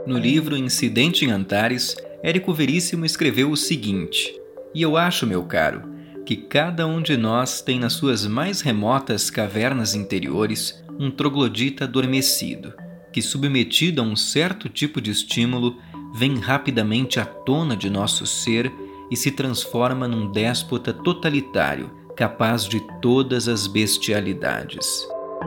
No livro Incidente em Antares, Érico Veríssimo escreveu o seguinte: "E eu acho, meu caro, que cada um de nós tem nas suas mais remotas cavernas interiores um troglodita adormecido, que submetido a um certo tipo de estímulo, vem rapidamente à tona de nosso ser e se transforma num déspota totalitário, capaz de todas as bestialidades."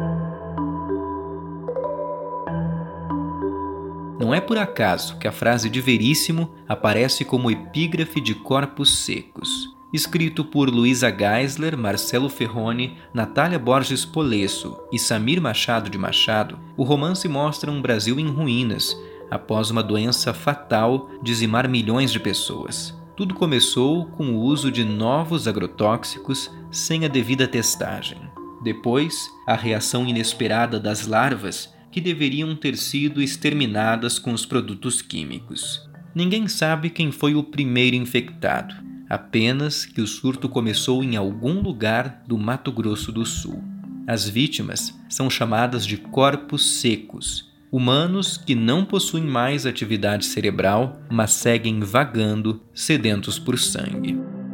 Não é por acaso que a frase de Veríssimo aparece como epígrafe de Corpos Secos. Escrito por Luísa Geisler, Marcelo Ferroni, Natália Borges Polesso e Samir Machado de Machado, o romance mostra um Brasil em ruínas, após uma doença fatal dizimar milhões de pessoas. Tudo começou com o uso de novos agrotóxicos sem a devida testagem. Depois, a reação inesperada das larvas, que deveriam ter sido exterminadas com os produtos químicos. Ninguém sabe quem foi o primeiro infectado, apenas que o surto começou em algum lugar do Mato Grosso do Sul. As vítimas são chamadas de corpos secos, humanos que não possuem mais atividade cerebral, mas seguem vagando, sedentos por sangue.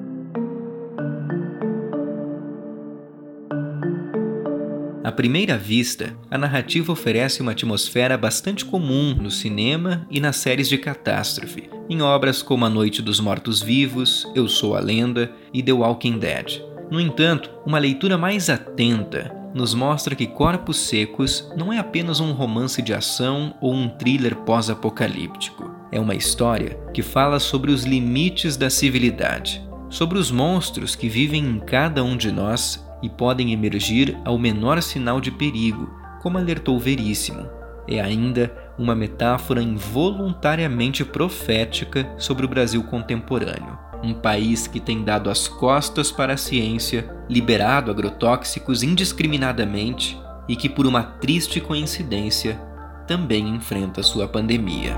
À primeira vista, a narrativa oferece uma atmosfera bastante comum no cinema e nas séries de catástrofe, em obras como A Noite dos Mortos-Vivos, Eu Sou a Lenda e The Walking Dead. No entanto, uma leitura mais atenta nos mostra que Corpos Secos não é apenas um romance de ação ou um thriller pós-apocalíptico. É uma história que fala sobre os limites da civilidade, sobre os monstros que vivem em cada um de nós e podem emergir ao menor sinal de perigo, como alertou Veríssimo. É ainda uma metáfora involuntariamente profética sobre o Brasil contemporâneo, um país que tem dado as costas para a ciência, liberado agrotóxicos indiscriminadamente e que, por uma triste coincidência, também enfrenta sua pandemia.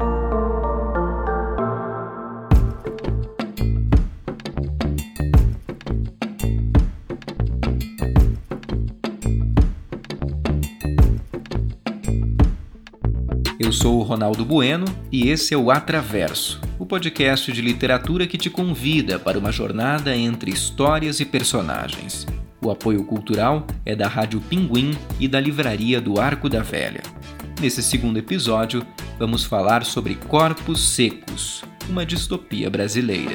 Eu sou o Ronaldo Bueno e esse é o Atraverso, o podcast de literatura que te convida para uma jornada entre histórias e personagens. O apoio cultural é da Rádio Pinguim e da Livraria do Arco da Velha. Nesse segundo episódio, vamos falar sobre Corpos Secos, uma distopia brasileira.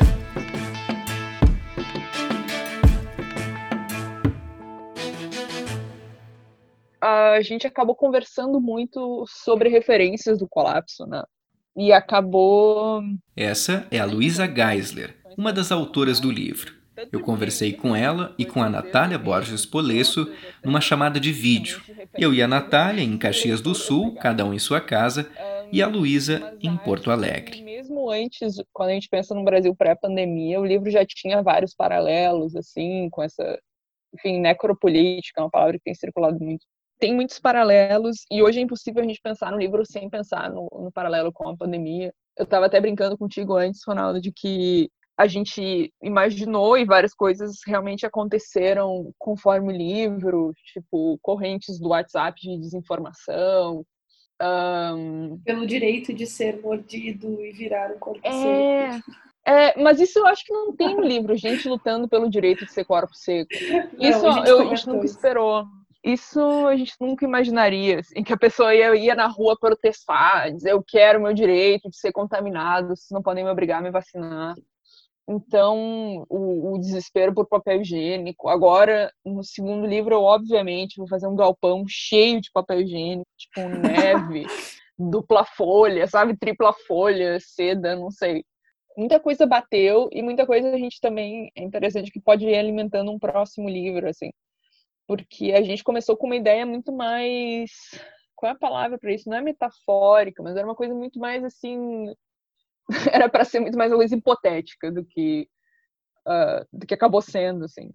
A gente acabou conversando muito sobre referências do colapso, né? E acabou... Essa é a Luísa Geisler, uma das autoras do livro. Eu conversei com ela e com a Natália Borges Polesso numa chamada de vídeo. Eu e a Natália em Caxias do Sul, cada um em sua casa, e a Luísa em Porto Alegre. Mesmo antes, quando a gente pensa no Brasil pré-pandemia, o livro já tinha vários paralelos, assim, com essa, enfim, necropolítica, uma palavra que tem circulado muito. Tem muitos paralelos e hoje é impossível a gente pensar no livro sem pensar no paralelo com a pandemia. Eu estava até brincando contigo antes, Ronaldo, de que a gente imaginou e várias coisas realmente aconteceram conforme o livro, tipo correntes do WhatsApp de desinformação. Pelo direito de ser mordido e virar um corpo seco. Mas isso eu acho que não tem no livro, gente lutando pelo direito de ser corpo seco. Isso a gente nunca esperou. Isso a gente nunca imaginaria, assim, que a pessoa ia na rua protestar, dizer eu quero meu direito de ser contaminado, vocês não podem me obrigar a me vacinar. Então, o desespero por papel higiênico. Agora, no segundo livro, eu obviamente vou fazer um galpão cheio de papel higiênico, tipo neve, dupla folha, sabe? Tripla folha, seda, não sei. Muita coisa bateu e muita coisa a gente também, é interessante que pode ir alimentando um próximo livro, assim. Porque a gente começou com uma ideia muito mais... Qual é a palavra para isso? Não é metafórica, mas era uma coisa muito mais, assim... Era para ser muito mais uma coisa hipotética do que acabou sendo, assim.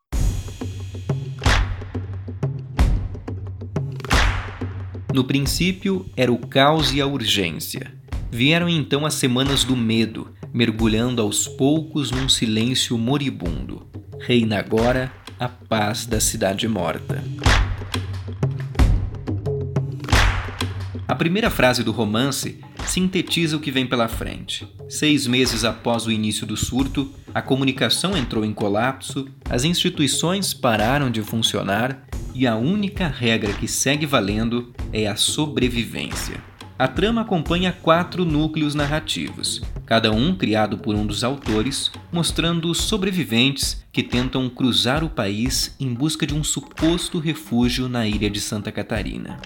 No princípio, era o caos e a urgência. Vieram então as semanas do medo, mergulhando aos poucos num silêncio moribundo. Reina agora a paz da cidade morta. A primeira frase do romance sintetiza o que vem pela frente. 6 meses após o início do surto, a comunicação entrou em colapso, as instituições pararam de funcionar e a única regra que segue valendo é a sobrevivência. A trama acompanha 4 núcleos narrativos, cada um criado por um dos autores, mostrando os sobreviventes que tentam cruzar o país em busca de um suposto refúgio na ilha de Santa Catarina.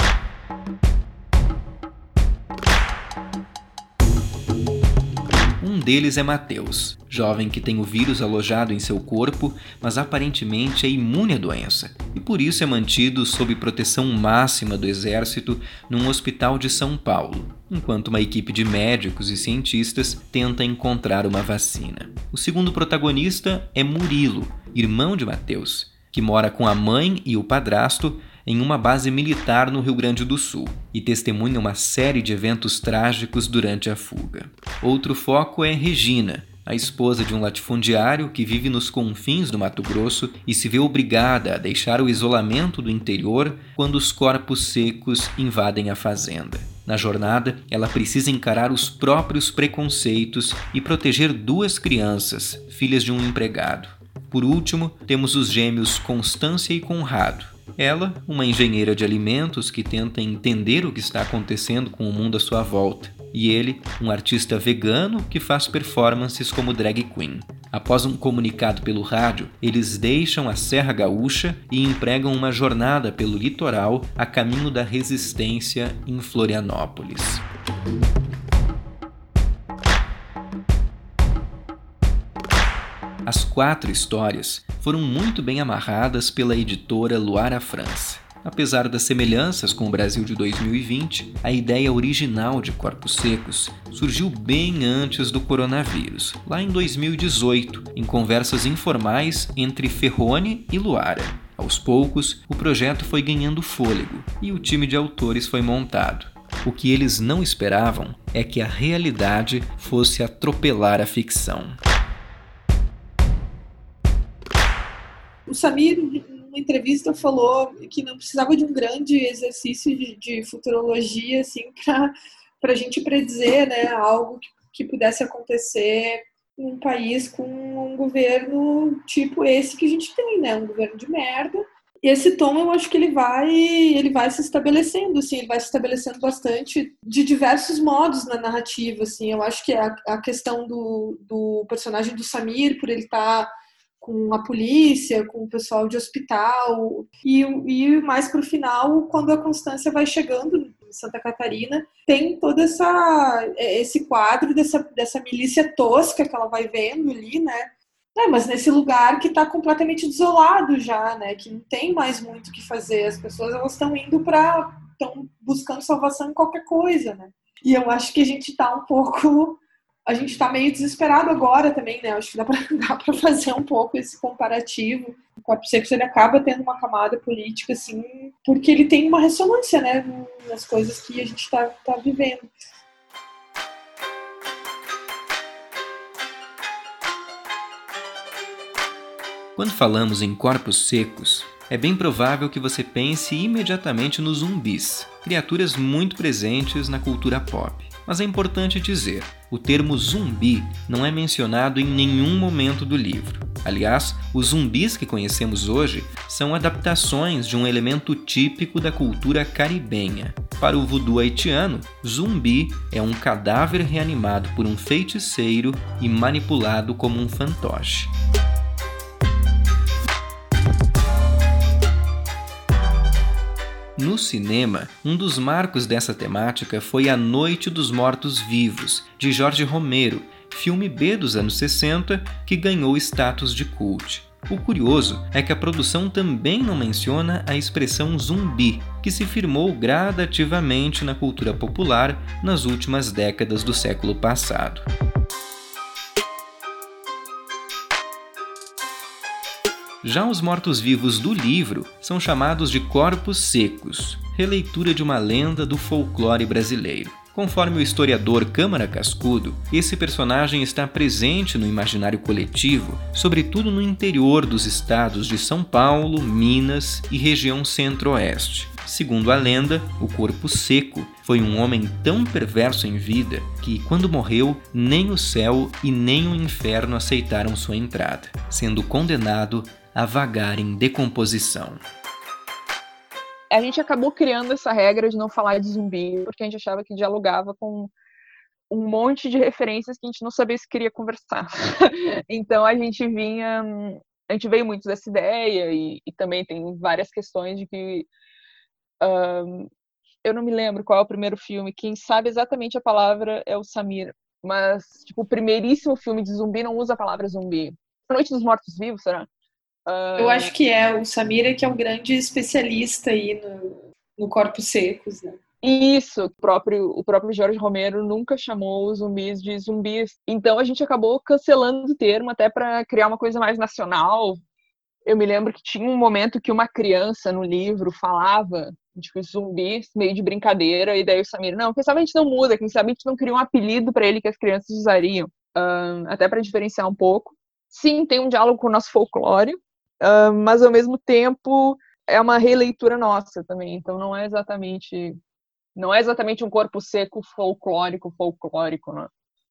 Um deles é Mateus, jovem que tem o vírus alojado em seu corpo, mas aparentemente é imune à doença, e por isso é mantido sob proteção máxima do exército num hospital de São Paulo, enquanto uma equipe de médicos e cientistas tenta encontrar uma vacina. O segundo protagonista é Murilo, irmão de Mateus, que mora com a mãe e o padrasto em uma base militar no Rio Grande do Sul e testemunha uma série de eventos trágicos durante a fuga. Outro foco é Regina, a esposa de um latifundiário que vive nos confins do Mato Grosso e se vê obrigada a deixar o isolamento do interior quando os corpos secos invadem a fazenda. Na jornada, ela precisa encarar os próprios preconceitos e proteger 2 crianças, filhas de um empregado. Por último, temos os gêmeos Constância e Conrado. Ela, uma engenheira de alimentos que tenta entender o que está acontecendo com o mundo à sua volta. E ele, um artista vegano que faz performances como drag queen. Após um comunicado pelo rádio, eles deixam a Serra Gaúcha e empregam uma jornada pelo litoral a caminho da Resistência em Florianópolis. As 4 histórias foram muito bem amarradas pela editora Luara França. Apesar das semelhanças com o Brasil de 2020, a ideia original de Corpos Secos surgiu bem antes do coronavírus, lá em 2018, em conversas informais entre Ferrone e Luara. Aos poucos, o projeto foi ganhando fôlego e o time de autores foi montado. O que eles não esperavam é que a realidade fosse atropelar a ficção. O Samir, numa entrevista, falou que não precisava de um grande exercício de futurologia assim, para a gente predizer, né, algo que pudesse acontecer em um país com um governo tipo esse que a gente tem, né, um governo de merda. E esse tom eu acho que ele vai se estabelecendo, assim, ele vai se estabelecendo bastante de diversos modos na narrativa. Assim. Eu acho que a questão do personagem do Samir, por ele estar com a polícia, com o pessoal de hospital, e mais pro final, quando a Constância vai chegando em Santa Catarina, tem todo esse quadro dessa milícia tosca que ela vai vendo ali, né? Mas nesse lugar que está completamente desolado já, né? Que não tem mais muito o que fazer. As pessoas estão buscando salvação em qualquer coisa, né? E eu acho que a gente está meio desesperado agora também, né? Acho que dá para fazer um pouco esse comparativo. O Corpos Secos, ele acaba tendo uma camada política, assim, porque ele tem uma ressonância, né, nas coisas que a gente está vivendo. Quando falamos em Corpos Secos, é bem provável que você pense imediatamente nos zumbis, criaturas muito presentes na cultura pop. Mas é importante dizer, o termo zumbi não é mencionado em nenhum momento do livro. Aliás, os zumbis que conhecemos hoje são adaptações de um elemento típico da cultura caribenha. Para o voodoo haitiano, zumbi é um cadáver reanimado por um feiticeiro e manipulado como um fantoche. No cinema, um dos marcos dessa temática foi A Noite dos Mortos-Vivos, de Jorge Romero, filme B dos anos 60 que ganhou status de cult. O curioso é que a produção também não menciona a expressão zumbi, que se firmou gradativamente na cultura popular nas últimas décadas do século passado. Já os mortos-vivos do livro são chamados de Corpos Secos, releitura de uma lenda do folclore brasileiro. Conforme o historiador Câmara Cascudo, esse personagem está presente no imaginário coletivo, sobretudo no interior dos estados de São Paulo, Minas e região centro-oeste. Segundo a lenda, o Corpo Seco foi um homem tão perverso em vida que, quando morreu, nem o céu e nem o inferno aceitaram sua entrada, sendo condenado a vagar em decomposição. A gente acabou criando essa regra de não falar de zumbi, porque a gente achava que dialogava com um monte de referências que a gente não sabia se queria conversar. Então a gente veio muito dessa ideia e também tem várias questões de que eu não me lembro qual é o primeiro filme, quem sabe exatamente a palavra é o Samir, mas tipo, o primeiríssimo filme de zumbi não usa a palavra zumbi. Noite dos Mortos-Vivos, será? Eu acho que é o Samir, que é um grande especialista aí no Corpos Secos, né? Isso, o próprio Jorge Romero nunca chamou os zumbis de zumbis. Então a gente acabou cancelando o termo até para criar uma coisa mais nacional. Eu me lembro que tinha um momento que uma criança no livro falava de zumbis, meio de brincadeira, e daí o Samir, não, quem sabe a gente não muda, quem sabe a gente não cria um apelido para ele que as crianças usariam, até para diferenciar um pouco. Sim, tem um diálogo com o nosso folclore, mas ao mesmo tempo é uma releitura nossa também, então não é exatamente um corpo seco folclórico, né?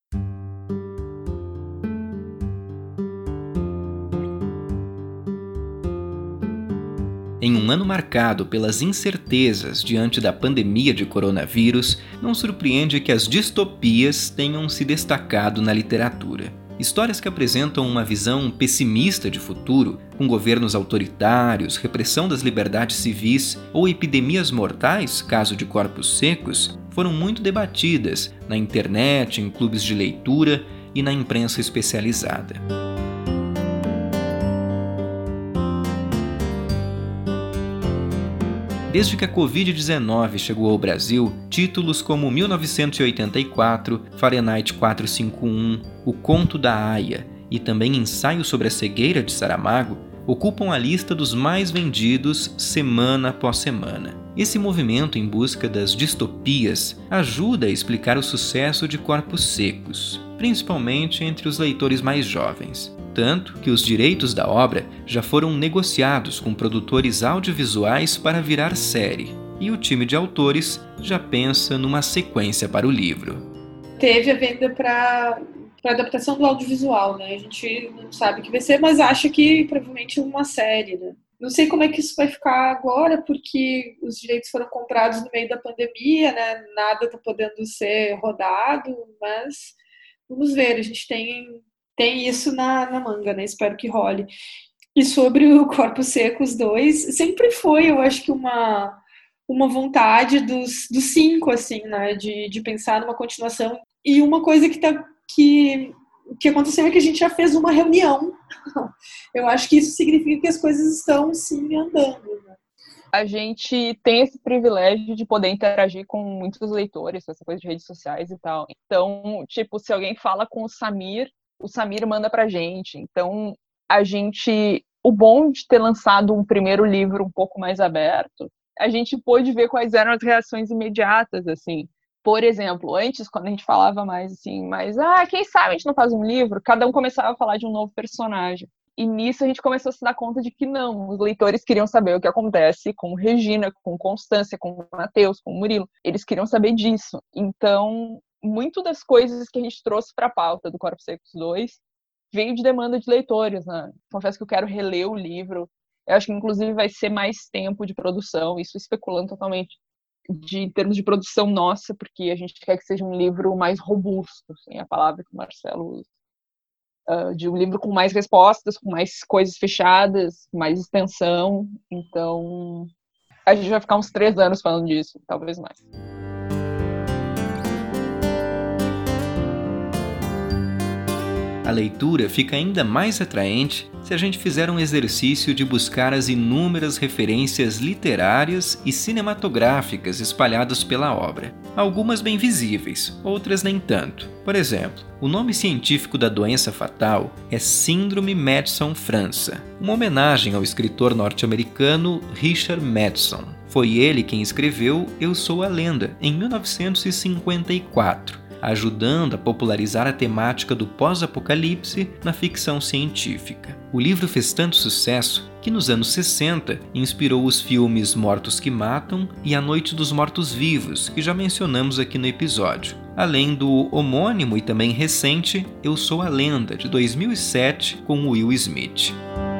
Em um ano marcado pelas incertezas diante da pandemia de coronavírus, não surpreende que as distopias tenham se destacado na literatura. Histórias que apresentam uma visão pessimista de futuro, com governos autoritários, repressão das liberdades civis ou epidemias mortais, caso de Corpos Secos, foram muito debatidas na internet, em clubes de leitura e na imprensa especializada. Desde que a Covid-19 chegou ao Brasil, títulos como 1984, Fahrenheit 451, O Conto da Aia e também Ensaio sobre a Cegueira de Saramago ocupam a lista dos mais vendidos semana após semana. Esse movimento em busca das distopias ajuda a explicar o sucesso de Corpos Secos, principalmente entre os leitores mais jovens. Tanto que os direitos da obra já foram negociados com produtores audiovisuais para virar série, e o time de autores já pensa numa sequência para o livro. Teve a venda para adaptação do audiovisual, né? A gente não sabe o que vai ser, mas acha que provavelmente uma série, né? Não sei como é que isso vai ficar agora, porque os direitos foram comprados no meio da pandemia, né? Nada está podendo ser rodado, mas vamos ver, a gente tem isso na manga, né? Espero que role. E sobre o Corpos Secos 2, sempre foi, eu acho que uma vontade dos 5, assim, né? De pensar numa continuação. E uma coisa que aconteceu é que a gente já fez uma reunião. Eu acho que isso significa que as coisas estão, sim, andando, né? A gente tem esse privilégio de poder interagir com muitos leitores, essa coisa de redes sociais e tal. Então, tipo, se alguém fala com o Samir manda pra gente. Então, o bom de ter lançado um primeiro livro um pouco mais aberto, a gente pôde ver quais eram as reações imediatas, assim. Por exemplo, antes, quando a gente falava mais assim, quem sabe a gente não faz um livro, cada um começava a falar de um novo personagem. E nisso a gente começou a se dar conta de que não, os leitores queriam saber o que acontece com Regina, com Constância, com Matheus, com Murilo. Eles queriam saber disso. Então, muito das coisas que a gente trouxe para a pauta do Corpos Secos 2 veio de demanda de leitores, né? Confesso que eu quero reler o livro. Eu acho que, inclusive, vai ser mais tempo de produção, isso especulando totalmente em termos de produção nossa, porque a gente quer que seja um livro mais robusto, assim, a palavra que o Marcelo usa. De um livro com mais respostas, com mais coisas fechadas, mais extensão. Então, a gente vai ficar uns 3 anos falando disso, talvez mais. A leitura fica ainda mais atraente se a gente fizer um exercício de buscar as inúmeras referências literárias e cinematográficas espalhadas pela obra. Algumas bem visíveis, outras nem tanto. Por exemplo, o nome científico da doença fatal é Síndrome Madson-França, uma homenagem ao escritor norte-americano Richard Madson. Foi ele quem escreveu Eu Sou a Lenda, em 1954. ajudando a popularizar a temática do pós-apocalipse na ficção científica. O livro fez tanto sucesso que nos anos 60 inspirou os filmes Mortos que Matam e A Noite dos Mortos-Vivos, que já mencionamos aqui no episódio, além do homônimo e também recente Eu Sou a Lenda, de 2007, com Will Smith.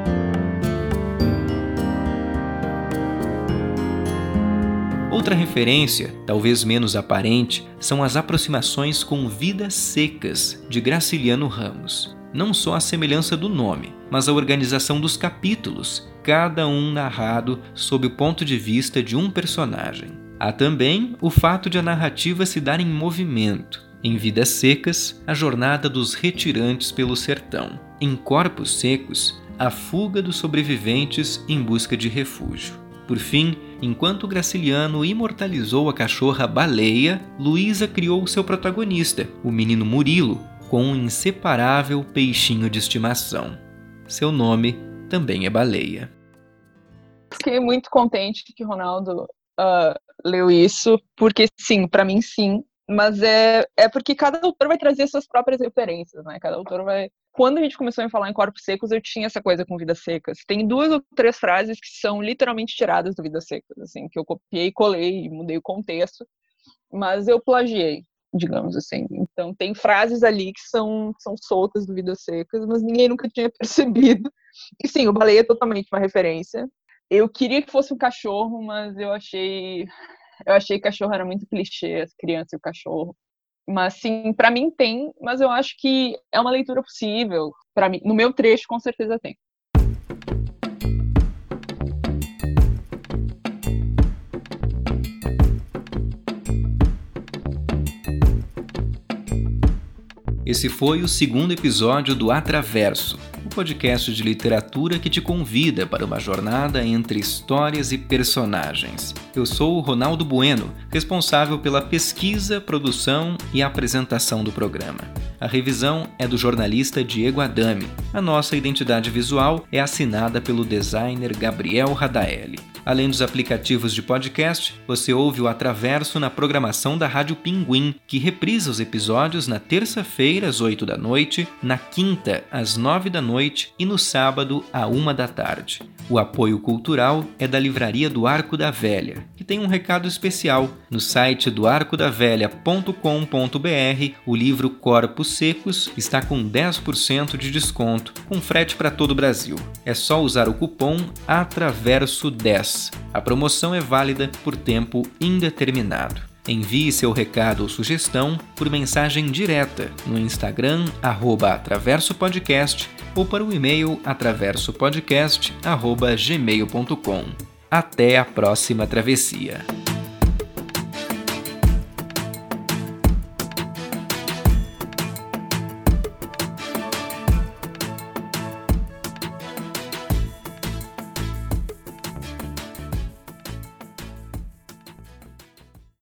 Outra referência, talvez menos aparente, são as aproximações com Vidas Secas, de Graciliano Ramos. Não só a semelhança do nome, mas a organização dos capítulos, cada um narrado sob o ponto de vista de um personagem. Há também o fato de a narrativa se dar em movimento. Em Vidas Secas, a jornada dos retirantes pelo sertão. Em Corpos Secos, a fuga dos sobreviventes em busca de refúgio. Por fim, enquanto Graciliano imortalizou a cachorra Baleia, Luísa criou seu protagonista, o menino Murilo, com um inseparável peixinho de estimação. Seu nome também é Baleia. Fiquei muito contente que o Ronaldo leu isso, porque sim, para mim sim, mas é porque cada autor vai trazer suas próprias referências, né? Cada autor vai... Quando a gente começou a falar em Corpos Secos, eu tinha essa coisa com Vidas Secas. Tem 2 ou 3 frases que são literalmente tiradas do Vidas Secas, assim, que eu copiei, colei e mudei o contexto, mas eu plagiei, digamos assim. Então tem frases ali que são soltas do Vidas Secas, mas ninguém nunca tinha percebido. E sim, o Baleia é totalmente uma referência. Eu queria que fosse um cachorro, mas eu achei que cachorro era muito clichê, as crianças e o cachorro. Mas sim, para mim tem, mas eu acho que é uma leitura possível. Para mim, no meu trecho, com certeza tem. Esse foi o 2º episódio do Atraverso, o podcast de literatura que te convida para uma jornada entre histórias e personagens. Eu sou o Ronaldo Bueno, responsável pela pesquisa, produção e apresentação do programa. A revisão é do jornalista Diego Adami. A nossa identidade visual é assinada pelo designer Gabriel Radaelli. Além dos aplicativos de podcast, você ouve o Atraverso na programação da Rádio Pinguim, que reprisa os episódios na terça-feira às 8 da noite, na quinta às 9 da noite e no sábado à 1 da tarde. O apoio cultural é da Livraria do Arco da Velha, que tem um recado especial. No site do arcodavelha.com.br, o livro Corpos Secos está com 10% de desconto, com frete para todo o Brasil. É só usar o cupom ATRAVERSO10. A promoção é válida por tempo indeterminado. Envie seu recado ou sugestão por mensagem direta no Instagram @atraversopodcast ou para o e-mail atraversopodcast@gmail.com. Até a próxima travessia!